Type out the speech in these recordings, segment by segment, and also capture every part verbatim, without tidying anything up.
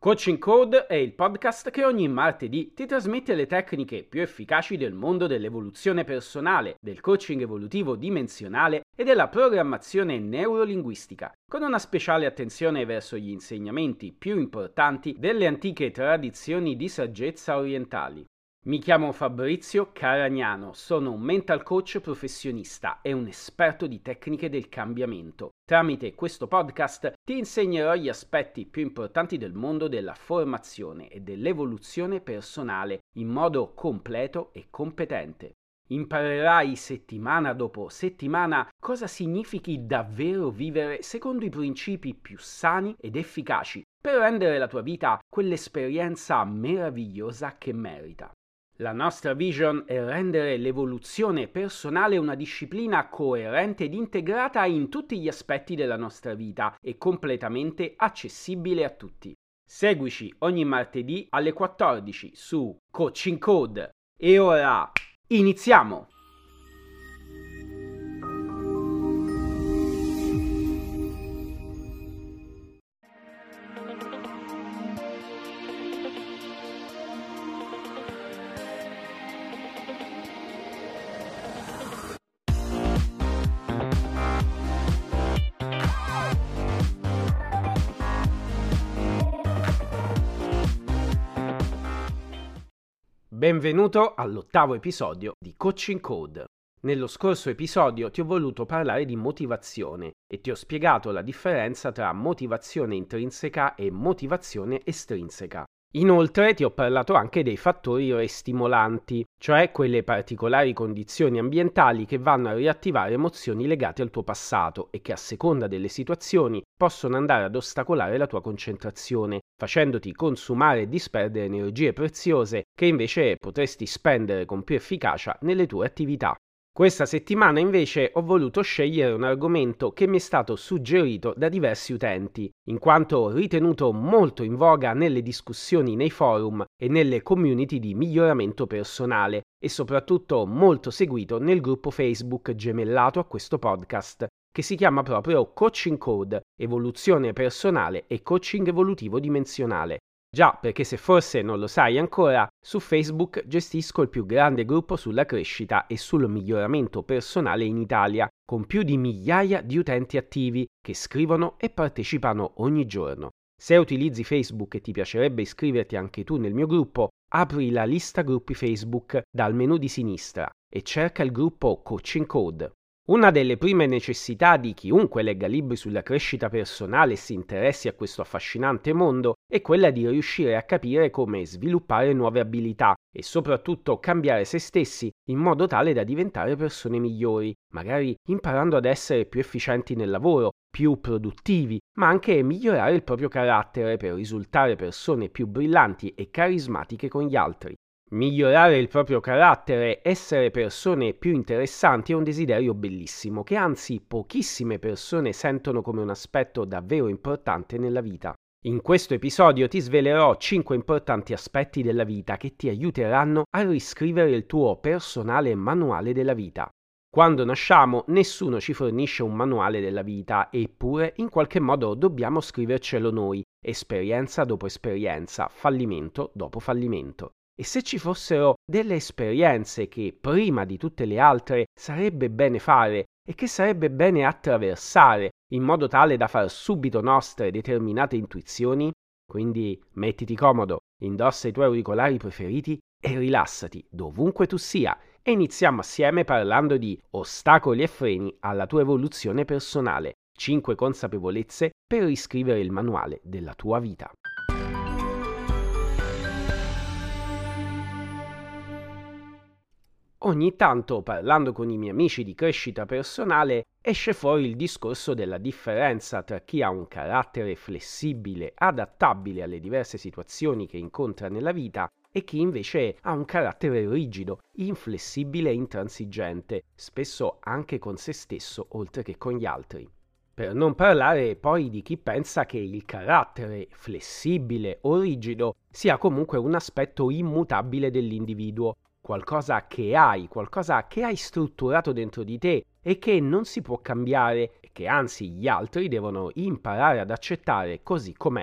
Coaching Code è il podcast che ogni martedì ti trasmette le tecniche più efficaci del mondo dell'evoluzione personale, del coaching evolutivo dimensionale e della programmazione neurolinguistica, con una speciale attenzione verso gli insegnamenti più importanti delle antiche tradizioni di saggezza orientali. Mi chiamo Fabrizio Caragnano, sono un mental coach professionista e un esperto di tecniche del cambiamento. Tramite questo podcast ti insegnerò gli aspetti più importanti del mondo della formazione e dell'evoluzione personale in modo completo e competente. Imparerai settimana dopo settimana cosa significhi davvero vivere secondo i principi più sani ed efficaci per rendere la tua vita quell'esperienza meravigliosa che merita. La nostra vision è rendere l'evoluzione personale una disciplina coerente ed integrata in tutti gli aspetti della nostra vita e completamente accessibile a tutti. Seguici ogni martedì alle quattordici su Coaching Code. E ora iniziamo! Benvenuto all'ottavo episodio di Coaching Code. Nello scorso episodio ti ho voluto parlare di motivazione e ti ho spiegato la differenza tra motivazione intrinseca e motivazione estrinseca. Inoltre ti ho parlato anche dei fattori restimolanti, cioè quelle particolari condizioni ambientali che vanno a riattivare emozioni legate al tuo passato e che a seconda delle situazioni possono andare ad ostacolare la tua concentrazione, facendoti consumare e disperdere energie preziose che invece potresti spendere con più efficacia nelle tue attività. Questa settimana invece ho voluto scegliere un argomento che mi è stato suggerito da diversi utenti, in quanto ritenuto molto in voga nelle discussioni nei forum e nelle community di miglioramento personale e soprattutto molto seguito nel gruppo Facebook gemellato a questo podcast, che si chiama proprio Coaching Code, evoluzione personale e coaching evolutivo dimensionale. Già, perché se forse non lo sai ancora, su Facebook gestisco il più grande gruppo sulla crescita e sul miglioramento personale in Italia, con più di migliaia di utenti attivi che scrivono e partecipano ogni giorno. Se utilizzi Facebook e ti piacerebbe iscriverti anche tu nel mio gruppo, apri la lista gruppi Facebook dal menu di sinistra e cerca il gruppo Coaching Code. Una delle prime necessità di chiunque legga libri sulla crescita personale e si interessi a questo affascinante mondo è quella di riuscire a capire come sviluppare nuove abilità e soprattutto cambiare se stessi in modo tale da diventare persone migliori, magari imparando ad essere più efficienti nel lavoro, più produttivi, ma anche migliorare il proprio carattere per risultare persone più brillanti e carismatiche con gli altri. Migliorare il proprio carattere, essere persone più interessanti è un desiderio bellissimo che anzi pochissime persone sentono come un aspetto davvero importante nella vita. In questo episodio ti svelerò cinque importanti aspetti della vita che ti aiuteranno a riscrivere il tuo personale manuale della vita. Quando nasciamo nessuno ci fornisce un manuale della vita, eppure in qualche modo dobbiamo scrivercelo noi, esperienza dopo esperienza, fallimento dopo fallimento. E se ci fossero delle esperienze che prima di tutte le altre sarebbe bene fare e che sarebbe bene attraversare in modo tale da far subito nostre determinate intuizioni? Quindi mettiti comodo, indossa i tuoi auricolari preferiti e rilassati dovunque tu sia e iniziamo assieme parlando di ostacoli e freni alla tua evoluzione personale, cinque consapevolezze per riscrivere il manuale della tua vita. Ogni tanto, parlando con i miei amici di crescita personale, esce fuori il discorso della differenza tra chi ha un carattere flessibile, adattabile alle diverse situazioni che incontra nella vita, e chi invece ha un carattere rigido, inflessibile e intransigente, spesso anche con se stesso oltre che con gli altri. Per non parlare poi di chi pensa che il carattere flessibile o rigido sia comunque un aspetto immutabile dell'individuo, qualcosa che hai, qualcosa che hai strutturato dentro di te e che non si può cambiare e che anzi gli altri devono imparare ad accettare così com'è.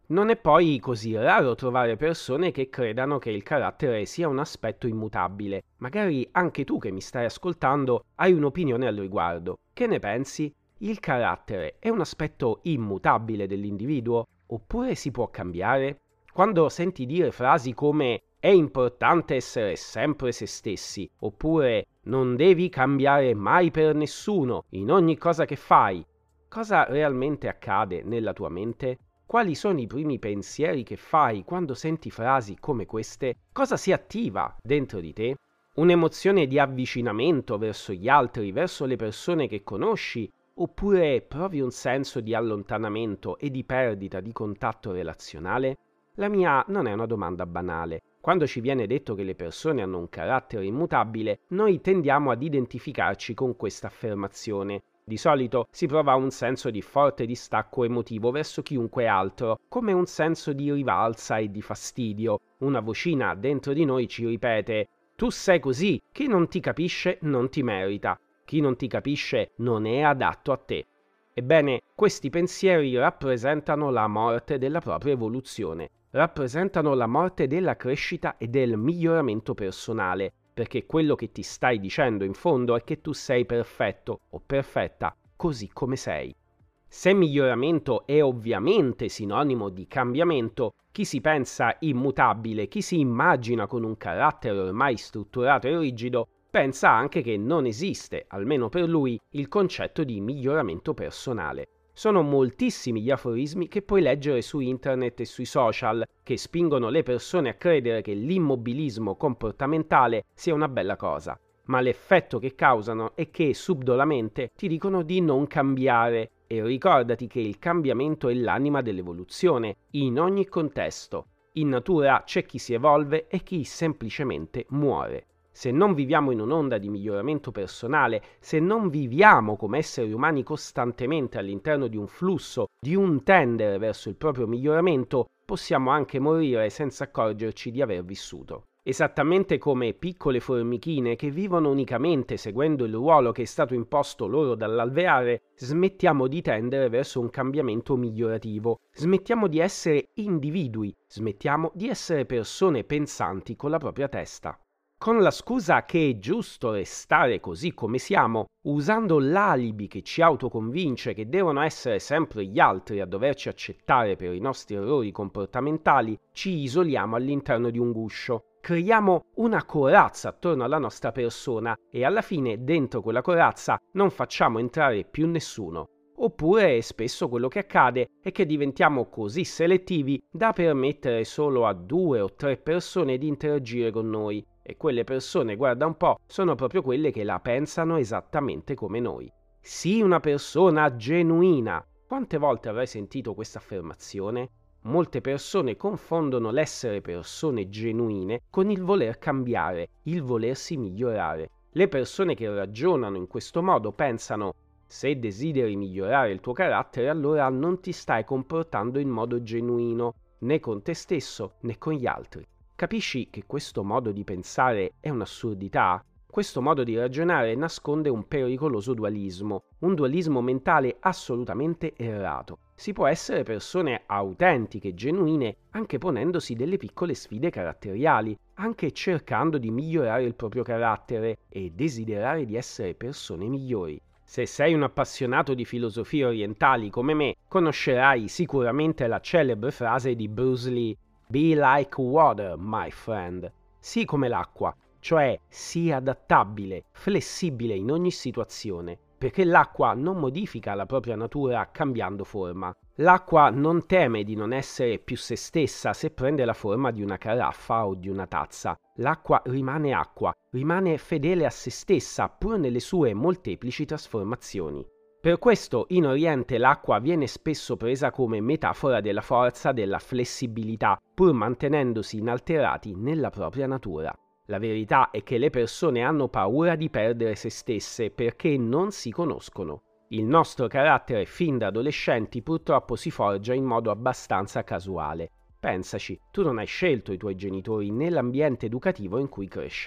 Non è poi così raro trovare persone che credano che il carattere sia un aspetto immutabile. Magari anche tu che mi stai ascoltando hai un'opinione al riguardo. Che ne pensi? Il carattere è un aspetto immutabile dell'individuo oppure si può cambiare? Quando senti dire frasi come è importante essere sempre se stessi oppure non devi cambiare mai per nessuno in ogni cosa che fai, cosa realmente accade nella tua mente? Quali sono i primi pensieri che fai quando senti frasi come queste? Cosa si attiva dentro di te? Un'emozione di avvicinamento verso gli altri, verso le persone che conosci, oppure provi un senso di allontanamento e di perdita di contatto relazionale? La mia non è una domanda banale. Quando ci viene detto che le persone hanno un carattere immutabile, noi tendiamo ad identificarci con questa affermazione. Di solito si prova un senso di forte distacco emotivo verso chiunque altro, come un senso di rivalsa e di fastidio. Una vocina dentro di noi ci ripete: tu sei così, chi non ti capisce non ti merita, chi non ti capisce non è adatto a te. Ebbene, questi pensieri rappresentano la morte della propria evoluzione, rappresentano la morte della crescita e del miglioramento personale, perché quello che ti stai dicendo in fondo è che tu sei perfetto o perfetta così come sei. Se miglioramento è ovviamente sinonimo di cambiamento, chi si pensa immutabile, chi si immagina con un carattere ormai strutturato e rigido, pensa anche che non esiste, almeno per lui, il concetto di miglioramento personale. Sono moltissimi gli aforismi che puoi leggere su internet e sui social che spingono le persone a credere che l'immobilismo comportamentale sia una bella cosa, ma l'effetto che causano è che subdolamente ti dicono di non cambiare e ricordati che il cambiamento è l'anima dell'evoluzione in ogni contesto. In natura c'è chi si evolve e chi semplicemente muore. Se non viviamo in un'onda di miglioramento personale, se non viviamo come esseri umani costantemente all'interno di un flusso, di un tendere verso il proprio miglioramento, possiamo anche morire senza accorgerci di aver vissuto. Esattamente come piccole formichine che vivono unicamente seguendo il ruolo che è stato imposto loro dall'alveare, smettiamo di tendere verso un cambiamento migliorativo, smettiamo di essere individui, smettiamo di essere persone pensanti con la propria testa. Con la scusa che è giusto restare così come siamo, usando l'alibi che ci autoconvince che devono essere sempre gli altri a doverci accettare per i nostri errori comportamentali, ci isoliamo all'interno di un guscio. Creiamo una corazza attorno alla nostra persona e alla fine dentro quella corazza non facciamo entrare più nessuno. Oppure spesso quello che accade è che diventiamo così selettivi da permettere solo a due o tre persone di interagire con noi. E quelle persone, guarda un po', sono proprio quelle che la pensano esattamente come noi. Sii una persona genuina. Quante volte avrai sentito questa affermazione? Molte persone confondono l'essere persone genuine con il voler cambiare, il volersi migliorare. Le persone che ragionano in questo modo pensano: se desideri migliorare il tuo carattere, allora non ti stai comportando in modo genuino, né con te stesso né con gli altri. Capisci che questo modo di pensare è un'assurdità? Questo modo di ragionare nasconde un pericoloso dualismo, un dualismo mentale assolutamente errato. Si può essere persone autentiche, genuine, anche ponendosi delle piccole sfide caratteriali, anche cercando di migliorare il proprio carattere e desiderare di essere persone migliori. Se sei un appassionato di filosofie orientali come me, conoscerai sicuramente la celebre frase di Bruce Lee: Be like water, my friend. Sii come l'acqua, cioè sii adattabile, flessibile in ogni situazione, perché l'acqua non modifica la propria natura cambiando forma. L'acqua non teme di non essere più se stessa se prende la forma di una caraffa o di una tazza. L'acqua rimane acqua, rimane fedele a se stessa pur nelle sue molteplici trasformazioni. Per questo in Oriente l'acqua viene spesso presa come metafora della forza, della flessibilità, pur mantenendosi inalterati nella propria natura. La verità è che le persone hanno paura di perdere se stesse perché non si conoscono. Il nostro carattere fin da adolescenti purtroppo si forgia in modo abbastanza casuale. Pensaci, tu non hai scelto i tuoi genitori né l'ambiente educativo in cui crescere.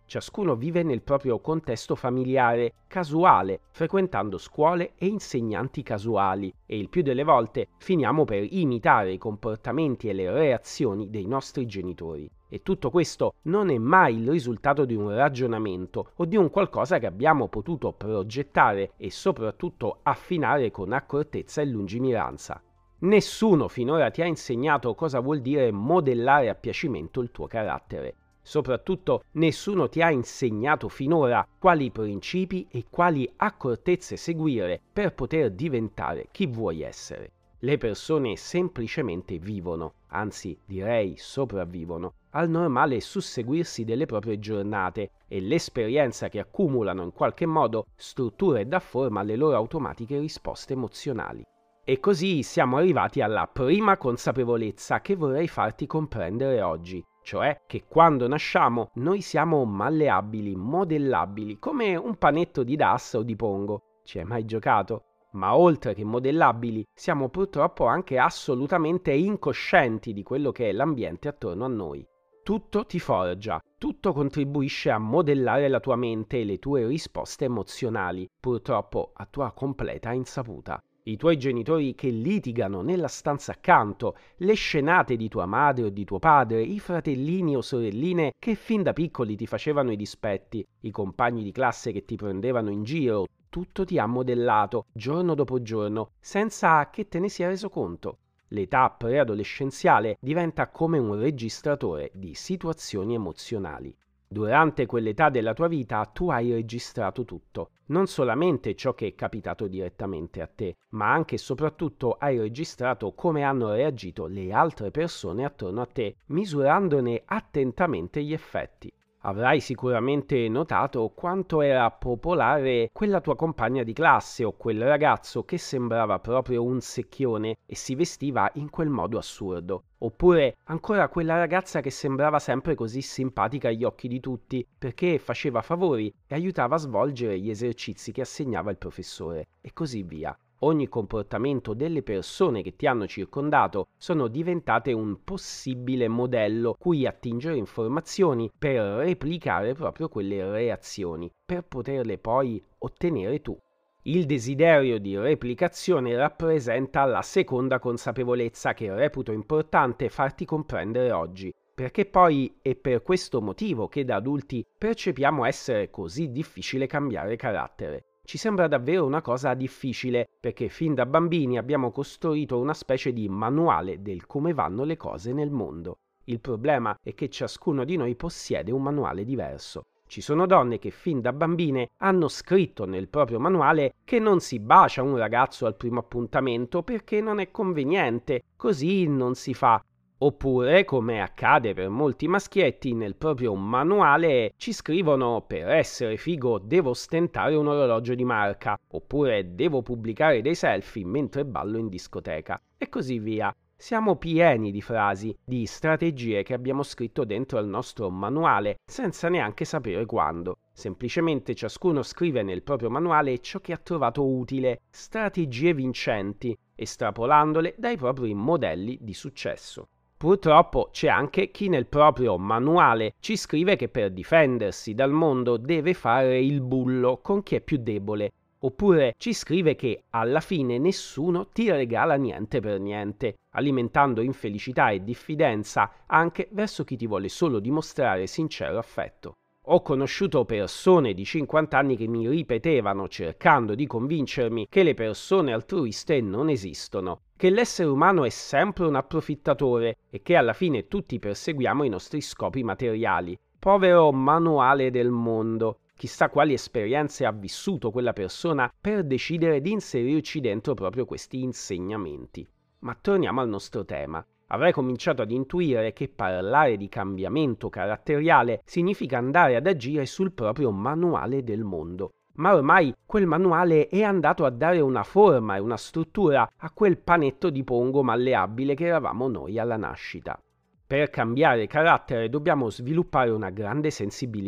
Ciascuno vive nel proprio contesto familiare, casuale, frequentando scuole e insegnanti casuali e il più delle volte finiamo per imitare i comportamenti e le reazioni dei nostri genitori. E tutto questo non è mai il risultato di un ragionamento o di un qualcosa che abbiamo potuto progettare e soprattutto affinare con accortezza e lungimiranza. Nessuno finora ti ha insegnato cosa vuol dire modellare a piacimento il tuo carattere. Soprattutto nessuno ti ha insegnato finora quali principi e quali accortezze seguire per poter diventare chi vuoi essere. Le persone semplicemente vivono, anzi direi sopravvivono, al normale susseguirsi delle proprie giornate e l'esperienza che accumulano in qualche modo struttura e dà forma alle loro automatiche risposte emozionali. E così siamo arrivati alla prima consapevolezza che vorrei farti comprendere oggi, cioè che quando nasciamo noi siamo malleabili, modellabili, come un panetto di Das o di Pongo. Ci hai mai giocato? Ma oltre che modellabili, siamo purtroppo anche assolutamente incoscienti di quello che è l'ambiente attorno a noi. Tutto ti forgia, tutto contribuisce a modellare la tua mente e le tue risposte emozionali, purtroppo a tua completa insaputa. I tuoi genitori che litigano nella stanza accanto, le scenate di tua madre o di tuo padre, i fratellini o sorelline che fin da piccoli ti facevano i dispetti, i compagni di classe che ti prendevano in giro, tutto ti ha modellato, giorno dopo giorno, senza che te ne sia reso conto. L'età preadolescenziale diventa come un registratore di situazioni emozionali. Durante quell'età della tua vita tu hai registrato tutto, non solamente ciò che è capitato direttamente a te, ma anche e soprattutto hai registrato come hanno reagito le altre persone attorno a te, misurandone attentamente gli effetti. Avrai sicuramente notato quanto era popolare quella tua compagna di classe o quel ragazzo che sembrava proprio un secchione e si vestiva in quel modo assurdo. Oppure ancora quella ragazza che sembrava sempre così simpatica agli occhi di tutti perché faceva favori e aiutava a svolgere gli esercizi che assegnava il professore e così via. Ogni comportamento delle persone che ti hanno circondato sono diventate un possibile modello cui attingere informazioni per replicare proprio quelle reazioni, per poterle poi ottenere tu. Il desiderio di replicazione rappresenta la seconda consapevolezza che reputo importante farti comprendere oggi, perché poi è per questo motivo che da adulti percepiamo essere così difficile cambiare carattere. Ci sembra davvero una cosa difficile, perché fin da bambini abbiamo costruito una specie di manuale del come vanno le cose nel mondo. Il problema è che ciascuno di noi possiede un manuale diverso. Ci sono donne che fin da bambine hanno scritto nel proprio manuale che non si bacia un ragazzo al primo appuntamento perché non è conveniente, così non si fa. Oppure, come accade per molti maschietti, nel proprio manuale ci scrivono per essere figo devo stentare un orologio di marca, oppure devo pubblicare dei selfie mentre ballo in discoteca, e così via. Siamo pieni di frasi, di strategie che abbiamo scritto dentro al nostro manuale, senza neanche sapere quando. Semplicemente ciascuno scrive nel proprio manuale ciò che ha trovato utile, strategie vincenti, estrapolandole dai propri modelli di successo. Purtroppo c'è anche chi nel proprio manuale ci scrive che per difendersi dal mondo deve fare il bullo con chi è più debole, oppure ci scrive che alla fine nessuno ti regala niente per niente, alimentando infelicità e diffidenza anche verso chi ti vuole solo dimostrare sincero affetto. Ho conosciuto persone di cinquanta anni che mi ripetevano, cercando di convincermi, che le persone altruiste non esistono, che l'essere umano è sempre un approfittatore e che alla fine tutti perseguiamo i nostri scopi materiali. Povero manuale del mondo! Chissà quali esperienze ha vissuto quella persona per decidere di inserirci dentro proprio questi insegnamenti. Ma torniamo al nostro tema. Avrei cominciato ad intuire che parlare di cambiamento caratteriale significa andare ad agire sul proprio manuale del mondo. Ma ormai quel manuale è andato a dare una forma e una struttura a quel panetto di pongo malleabile che eravamo noi alla nascita. Per cambiare carattere dobbiamo sviluppare una grande sensibilità,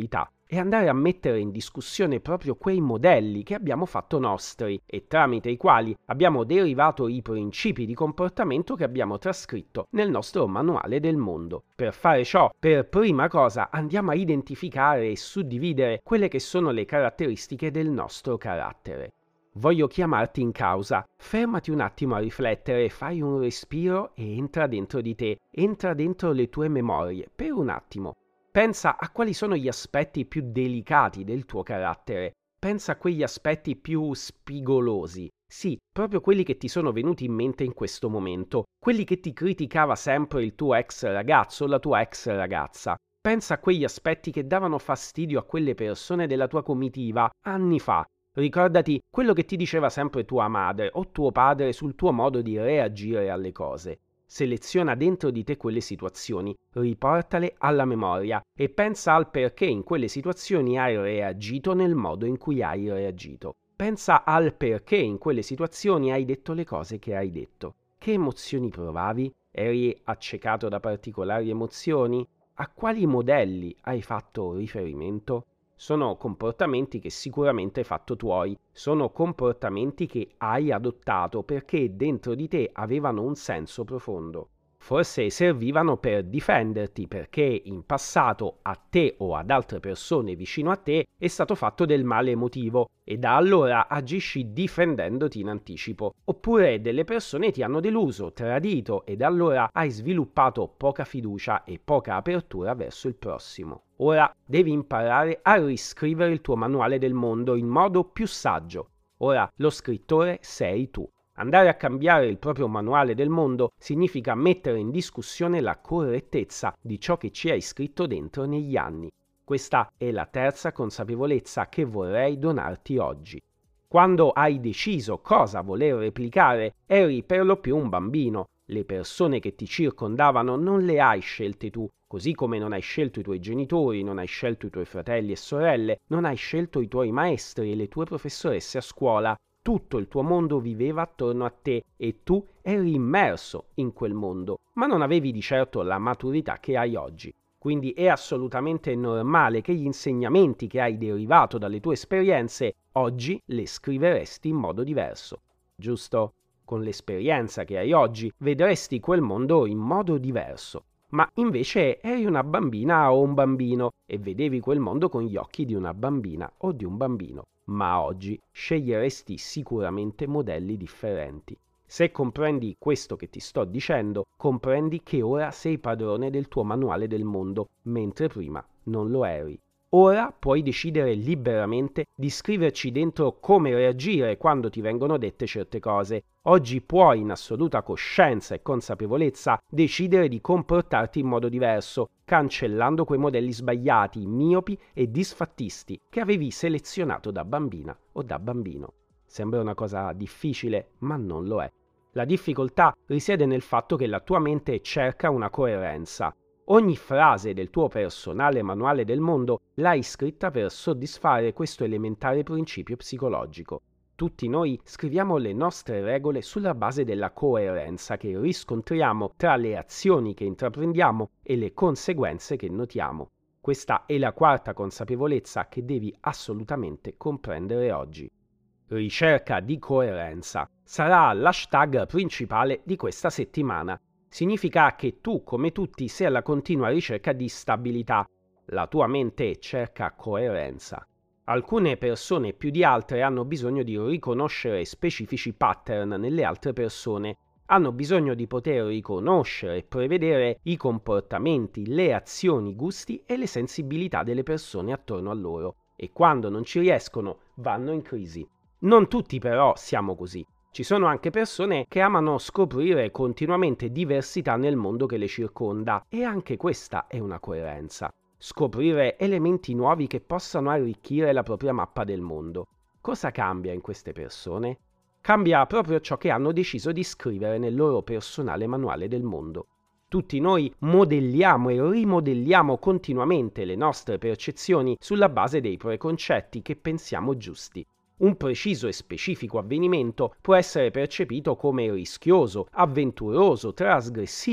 è andare a mettere in discussione proprio quei modelli che abbiamo fatto nostri e tramite i quali abbiamo derivato i principi di comportamento che abbiamo trascritto nel nostro manuale del mondo. Per fare ciò, per prima cosa andiamo a identificare e suddividere quelle che sono le caratteristiche del nostro carattere. Voglio chiamarti in causa, fermati un attimo a riflettere, fai un respiro e entra dentro di te, entra dentro le tue memorie, per un attimo. Pensa a quali sono gli aspetti più delicati del tuo carattere, pensa a quegli aspetti più spigolosi, sì, proprio quelli che ti sono venuti in mente in questo momento, quelli che ti criticava sempre il tuo ex ragazzo o la tua ex ragazza. Pensa a quegli aspetti che davano fastidio a quelle persone della tua comitiva anni fa. Ricordati quello che ti diceva sempre tua madre o tuo padre sul tuo modo di reagire alle cose. Seleziona dentro di te quelle situazioni, riportale alla memoria e pensa al perché in quelle situazioni hai reagito nel modo in cui hai reagito. Pensa al perché in quelle situazioni hai detto le cose che hai detto. Che emozioni provavi? Eri accecato da particolari emozioni? A quali modelli hai fatto riferimento? Sono comportamenti che sicuramente hai fatto tuoi, sono comportamenti che hai adottato perché dentro di te avevano un senso profondo. Forse servivano per difenderti perché in passato a te o ad altre persone vicino a te è stato fatto del male emotivo e da allora agisci difendendoti in anticipo. Oppure delle persone ti hanno deluso, tradito e da allora hai sviluppato poca fiducia e poca apertura verso il prossimo. Ora devi imparare a riscrivere il tuo manuale del mondo in modo più saggio. Ora lo scrittore sei tu. Andare a cambiare il proprio manuale del mondo significa mettere in discussione la correttezza di ciò che ci hai scritto dentro negli anni. Questa è la terza consapevolezza che vorrei donarti oggi. Quando hai deciso cosa voler replicare, eri per lo più un bambino. Le persone che ti circondavano non le hai scelte tu, così come non hai scelto i tuoi genitori, non hai scelto i tuoi fratelli e sorelle, non hai scelto i tuoi maestri e le tue professoresse a scuola. Tutto il tuo mondo viveva attorno a te e tu eri immerso in quel mondo, ma non avevi di certo la maturità che hai oggi. Quindi è assolutamente normale che gli insegnamenti che hai derivato dalle tue esperienze oggi le scriveresti in modo diverso, giusto? Con l'esperienza che hai oggi vedresti quel mondo in modo diverso, ma invece eri una bambina o un bambino e vedevi quel mondo con gli occhi di una bambina o di un bambino. Ma oggi sceglieresti sicuramente modelli differenti. Se comprendi questo che ti sto dicendo, comprendi che ora sei padrone del tuo manuale del mondo, mentre prima non lo eri. Ora puoi decidere liberamente di scriverci dentro come reagire quando ti vengono dette certe cose. Oggi puoi, in assoluta coscienza e consapevolezza, decidere di comportarti in modo diverso, cancellando quei modelli sbagliati, miopi e disfattisti che avevi selezionato da bambina o da bambino. Sembra una cosa difficile, ma non lo è. La difficoltà risiede nel fatto che la tua mente cerca una coerenza. Ogni frase del tuo personale manuale del mondo l'hai scritta per soddisfare questo elementare principio psicologico. Tutti noi scriviamo le nostre regole sulla base della coerenza che riscontriamo tra le azioni che intraprendiamo e le conseguenze che notiamo. Questa è la quarta consapevolezza che devi assolutamente comprendere oggi. Ricerca di coerenza sarà l'hashtag principale di questa settimana. Significa che tu, come tutti, sei alla continua ricerca di stabilità. La tua mente cerca coerenza. Alcune persone più di altre hanno bisogno di riconoscere specifici pattern nelle altre persone. Hanno bisogno di poter riconoscere e prevedere i comportamenti, le azioni, i gusti e le sensibilità delle persone attorno a loro. E quando non ci riescono, vanno in crisi. Non tutti però siamo così. Ci sono anche persone che amano scoprire continuamente diversità nel mondo che le circonda e anche questa è una coerenza. Scoprire elementi nuovi che possano arricchire la propria mappa del mondo. Cosa cambia in queste persone? Cambia proprio ciò che hanno deciso di scrivere nel loro personale manuale del mondo. Tutti noi modelliamo e rimodelliamo continuamente le nostre percezioni sulla base dei preconcetti che pensiamo giusti. Un preciso e specifico avvenimento può essere percepito come rischioso, avventuroso, trasgressivo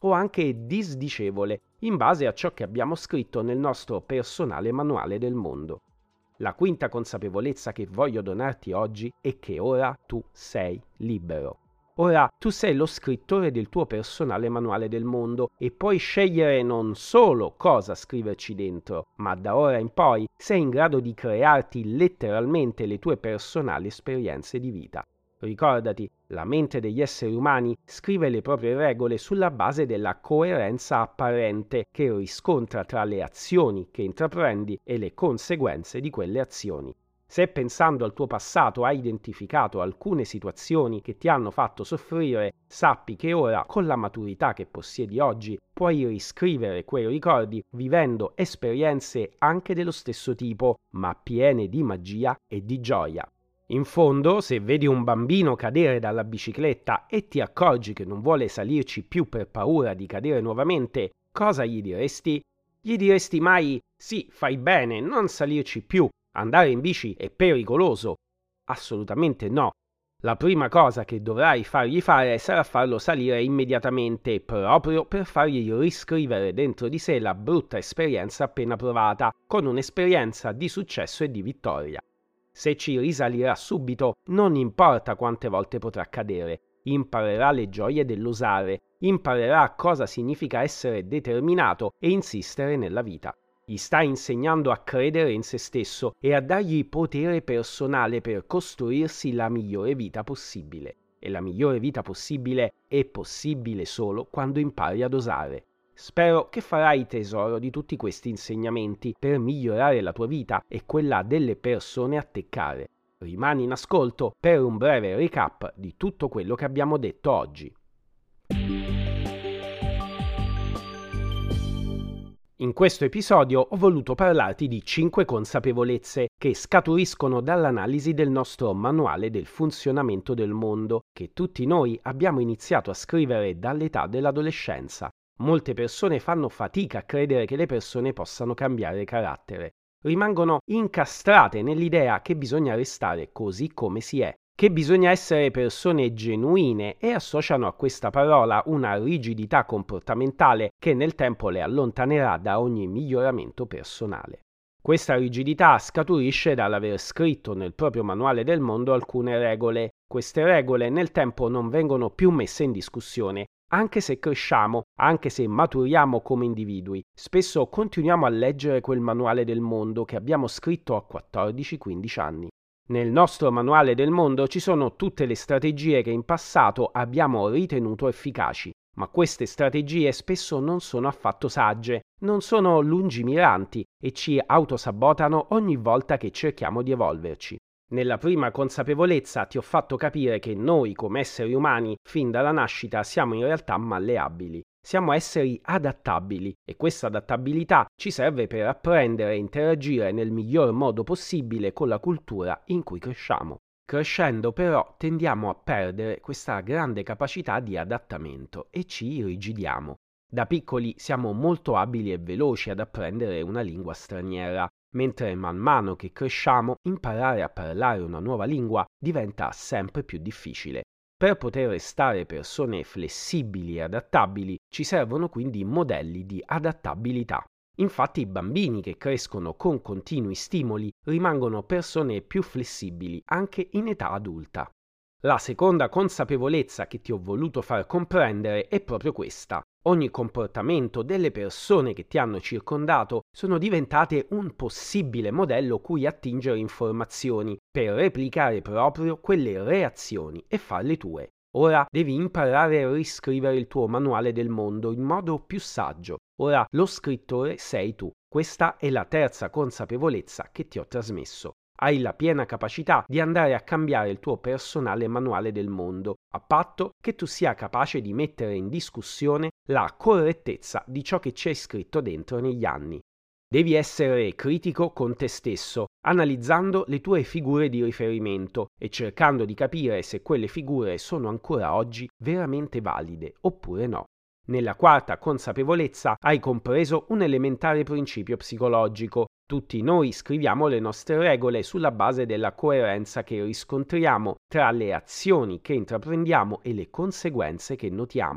o anche disdicevole, in base a ciò che abbiamo scritto nel nostro personale manuale del mondo. La quinta consapevolezza che voglio donarti oggi è che ora tu sei libero. Ora tu sei lo scrittore del tuo personale manuale del mondo e puoi scegliere non solo cosa scriverci dentro, ma da ora in poi sei in grado di crearti letteralmente le tue personali esperienze di vita. Ricordati, la mente degli esseri umani scrive le proprie regole sulla base della coerenza apparente che riscontra tra le azioni che intraprendi e le conseguenze di quelle azioni. Se pensando al tuo passato hai identificato alcune situazioni che ti hanno fatto soffrire, sappi che ora, con la maturità che possiedi oggi, puoi riscrivere quei ricordi vivendo esperienze anche dello stesso tipo, ma piene di magia e di gioia. In fondo, se vedi un bambino cadere dalla bicicletta e ti accorgi che non vuole salirci più per paura di cadere nuovamente, cosa gli diresti? Gli diresti mai: sì, fai bene, non salirci più, andare in bici è pericoloso? Assolutamente no. La prima cosa che dovrai fargli fare sarà farlo salire immediatamente, proprio per fargli riscrivere dentro di sé la brutta esperienza appena provata, con un'esperienza di successo e di vittoria. Se ci risalirà subito, non importa quante volte potrà cadere, imparerà le gioie dell'osare, imparerà cosa significa essere determinato e insistere nella vita. Gli stai insegnando a credere in se stesso e a dargli potere personale per costruirsi la migliore vita possibile. E la migliore vita possibile è possibile solo quando impari ad osare. Spero che farai tesoro di tutti questi insegnamenti per migliorare la tua vita e quella delle persone a te care. Rimani in ascolto per un breve recap di tutto quello che abbiamo detto oggi. In questo episodio ho voluto parlarti di cinque consapevolezze che scaturiscono dall'analisi del nostro manuale del funzionamento del mondo, che tutti noi abbiamo iniziato a scrivere dall'età dell'adolescenza. Molte persone fanno fatica a credere che le persone possano cambiare carattere. Rimangono incastrate nell'idea che bisogna restare così come si è, che bisogna essere persone genuine e associano a questa parola una rigidità comportamentale che nel tempo le allontanerà da ogni miglioramento personale. Questa rigidità scaturisce dall'aver scritto nel proprio manuale del mondo alcune regole. Queste regole nel tempo non vengono più messe in discussione. Anche se cresciamo, anche se maturiamo come individui, spesso continuiamo a leggere quel manuale del mondo che abbiamo scritto a quattordici quindici anni. Nel nostro manuale del mondo ci sono tutte le strategie che in passato abbiamo ritenuto efficaci, ma queste strategie spesso non sono affatto sagge, non sono lungimiranti e ci autosabotano ogni volta che cerchiamo di evolverci. Nella prima consapevolezza ti ho fatto capire che noi come esseri umani fin dalla nascita siamo in realtà malleabili. Siamo esseri adattabili e questa adattabilità ci serve per apprendere e interagire nel miglior modo possibile con la cultura in cui cresciamo. Crescendo però tendiamo a perdere questa grande capacità di adattamento e ci irrigidiamo. Da piccoli siamo molto abili e veloci ad apprendere una lingua straniera, mentre man mano che cresciamo imparare a parlare una nuova lingua diventa sempre più difficile. Per poter restare persone flessibili e adattabili ci servono quindi modelli di adattabilità. Infatti i bambini che crescono con continui stimoli rimangono persone più flessibili anche in età adulta. La seconda consapevolezza che ti ho voluto far comprendere è proprio questa. Ogni comportamento delle persone che ti hanno circondato sono diventate un possibile modello cui attingere informazioni per replicare proprio quelle reazioni e farle tue. Ora devi imparare a riscrivere il tuo manuale del mondo in modo più saggio. Ora lo scrittore sei tu. Questa è la terza consapevolezza che ti ho trasmesso. Hai la piena capacità di andare a cambiare il tuo personale manuale del mondo, a patto che tu sia capace di mettere in discussione la correttezza di ciò che ci hai scritto dentro negli anni. Devi essere critico con te stesso, analizzando le tue figure di riferimento e cercando di capire se quelle figure sono ancora oggi veramente valide oppure no. Nella quarta consapevolezza hai compreso un elementare principio psicologico. Tutti noi scriviamo le nostre regole sulla base della coerenza che riscontriamo tra le azioni che intraprendiamo e le conseguenze che notiamo.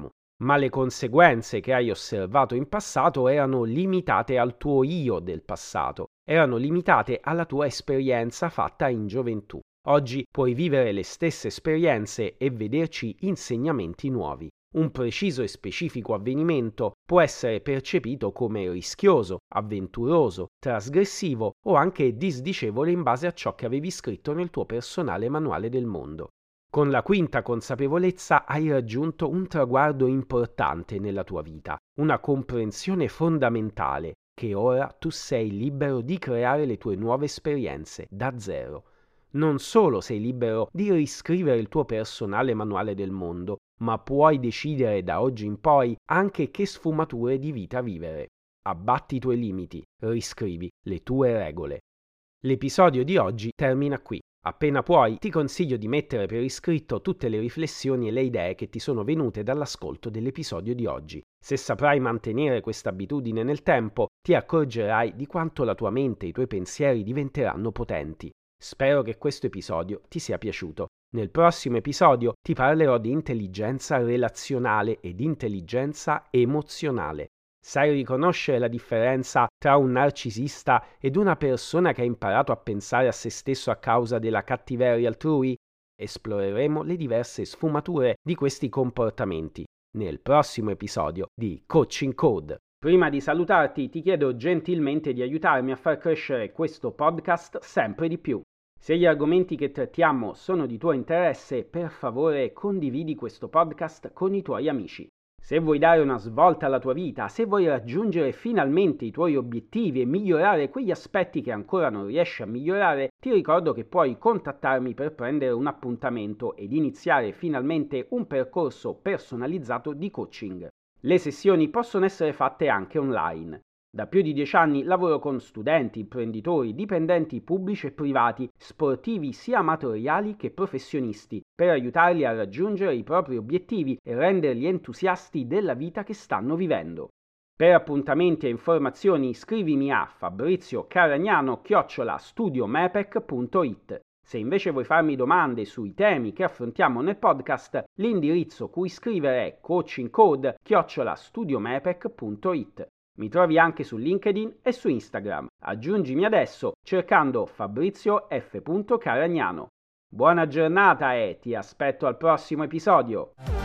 ma le conseguenze che hai osservato in passato erano limitate al tuo io del passato, erano limitate alla tua esperienza fatta in gioventù. Oggi puoi vivere le stesse esperienze e vederci insegnamenti nuovi. Un preciso e specifico avvenimento può essere percepito come rischioso, avventuroso, trasgressivo o anche disdicevole in base a ciò che avevi scritto nel tuo personale manuale del mondo. Con la quinta consapevolezza hai raggiunto un traguardo importante nella tua vita, una comprensione fondamentale che ora tu sei libero di creare le tue nuove esperienze da zero. Non solo sei libero di riscrivere il tuo personale manuale del mondo, ma puoi decidere da oggi in poi anche che sfumature di vita vivere. Abbatti i tuoi limiti, riscrivi le tue regole. L'episodio di oggi termina qui. Appena puoi, ti consiglio di mettere per iscritto tutte le riflessioni e le idee che ti sono venute dall'ascolto dell'episodio di oggi. Se saprai mantenere questa abitudine nel tempo, ti accorgerai di quanto la tua mente e i tuoi pensieri diventeranno potenti. Spero che questo episodio ti sia piaciuto. Nel prossimo episodio ti parlerò di intelligenza relazionale ed intelligenza emozionale. Sai riconoscere la differenza tra un narcisista ed una persona che ha imparato a pensare a se stesso a causa della cattiveria altrui? Esploreremo le diverse sfumature di questi comportamenti nel prossimo episodio di Coaching Code. Prima di salutarti ti chiedo gentilmente di aiutarmi a far crescere questo podcast sempre di più. Se gli argomenti che trattiamo sono di tuo interesse, per favore condividi questo podcast con i tuoi amici. Se vuoi dare una svolta alla tua vita, se vuoi raggiungere finalmente i tuoi obiettivi e migliorare quegli aspetti che ancora non riesci a migliorare, ti ricordo che puoi contattarmi per prendere un appuntamento ed iniziare finalmente un percorso personalizzato di coaching. Le sessioni possono essere fatte anche online. Da più di dieci anni lavoro con studenti, imprenditori, dipendenti pubblici e privati, sportivi sia amatoriali che professionisti, per aiutarli a raggiungere i propri obiettivi e renderli entusiasti della vita che stanno vivendo. Per appuntamenti e informazioni scrivimi a fabrizio caragnano chiocciola studiomepec punto it. Se invece vuoi farmi domande sui temi che affrontiamo nel podcast, l'indirizzo cui scrivere è coachingcode chiocciola studiomepec punto it. Mi trovi anche su LinkedIn e su Instagram. Aggiungimi adesso cercando Fabrizio F. Caragnano. Buona giornata e ti aspetto al prossimo episodio!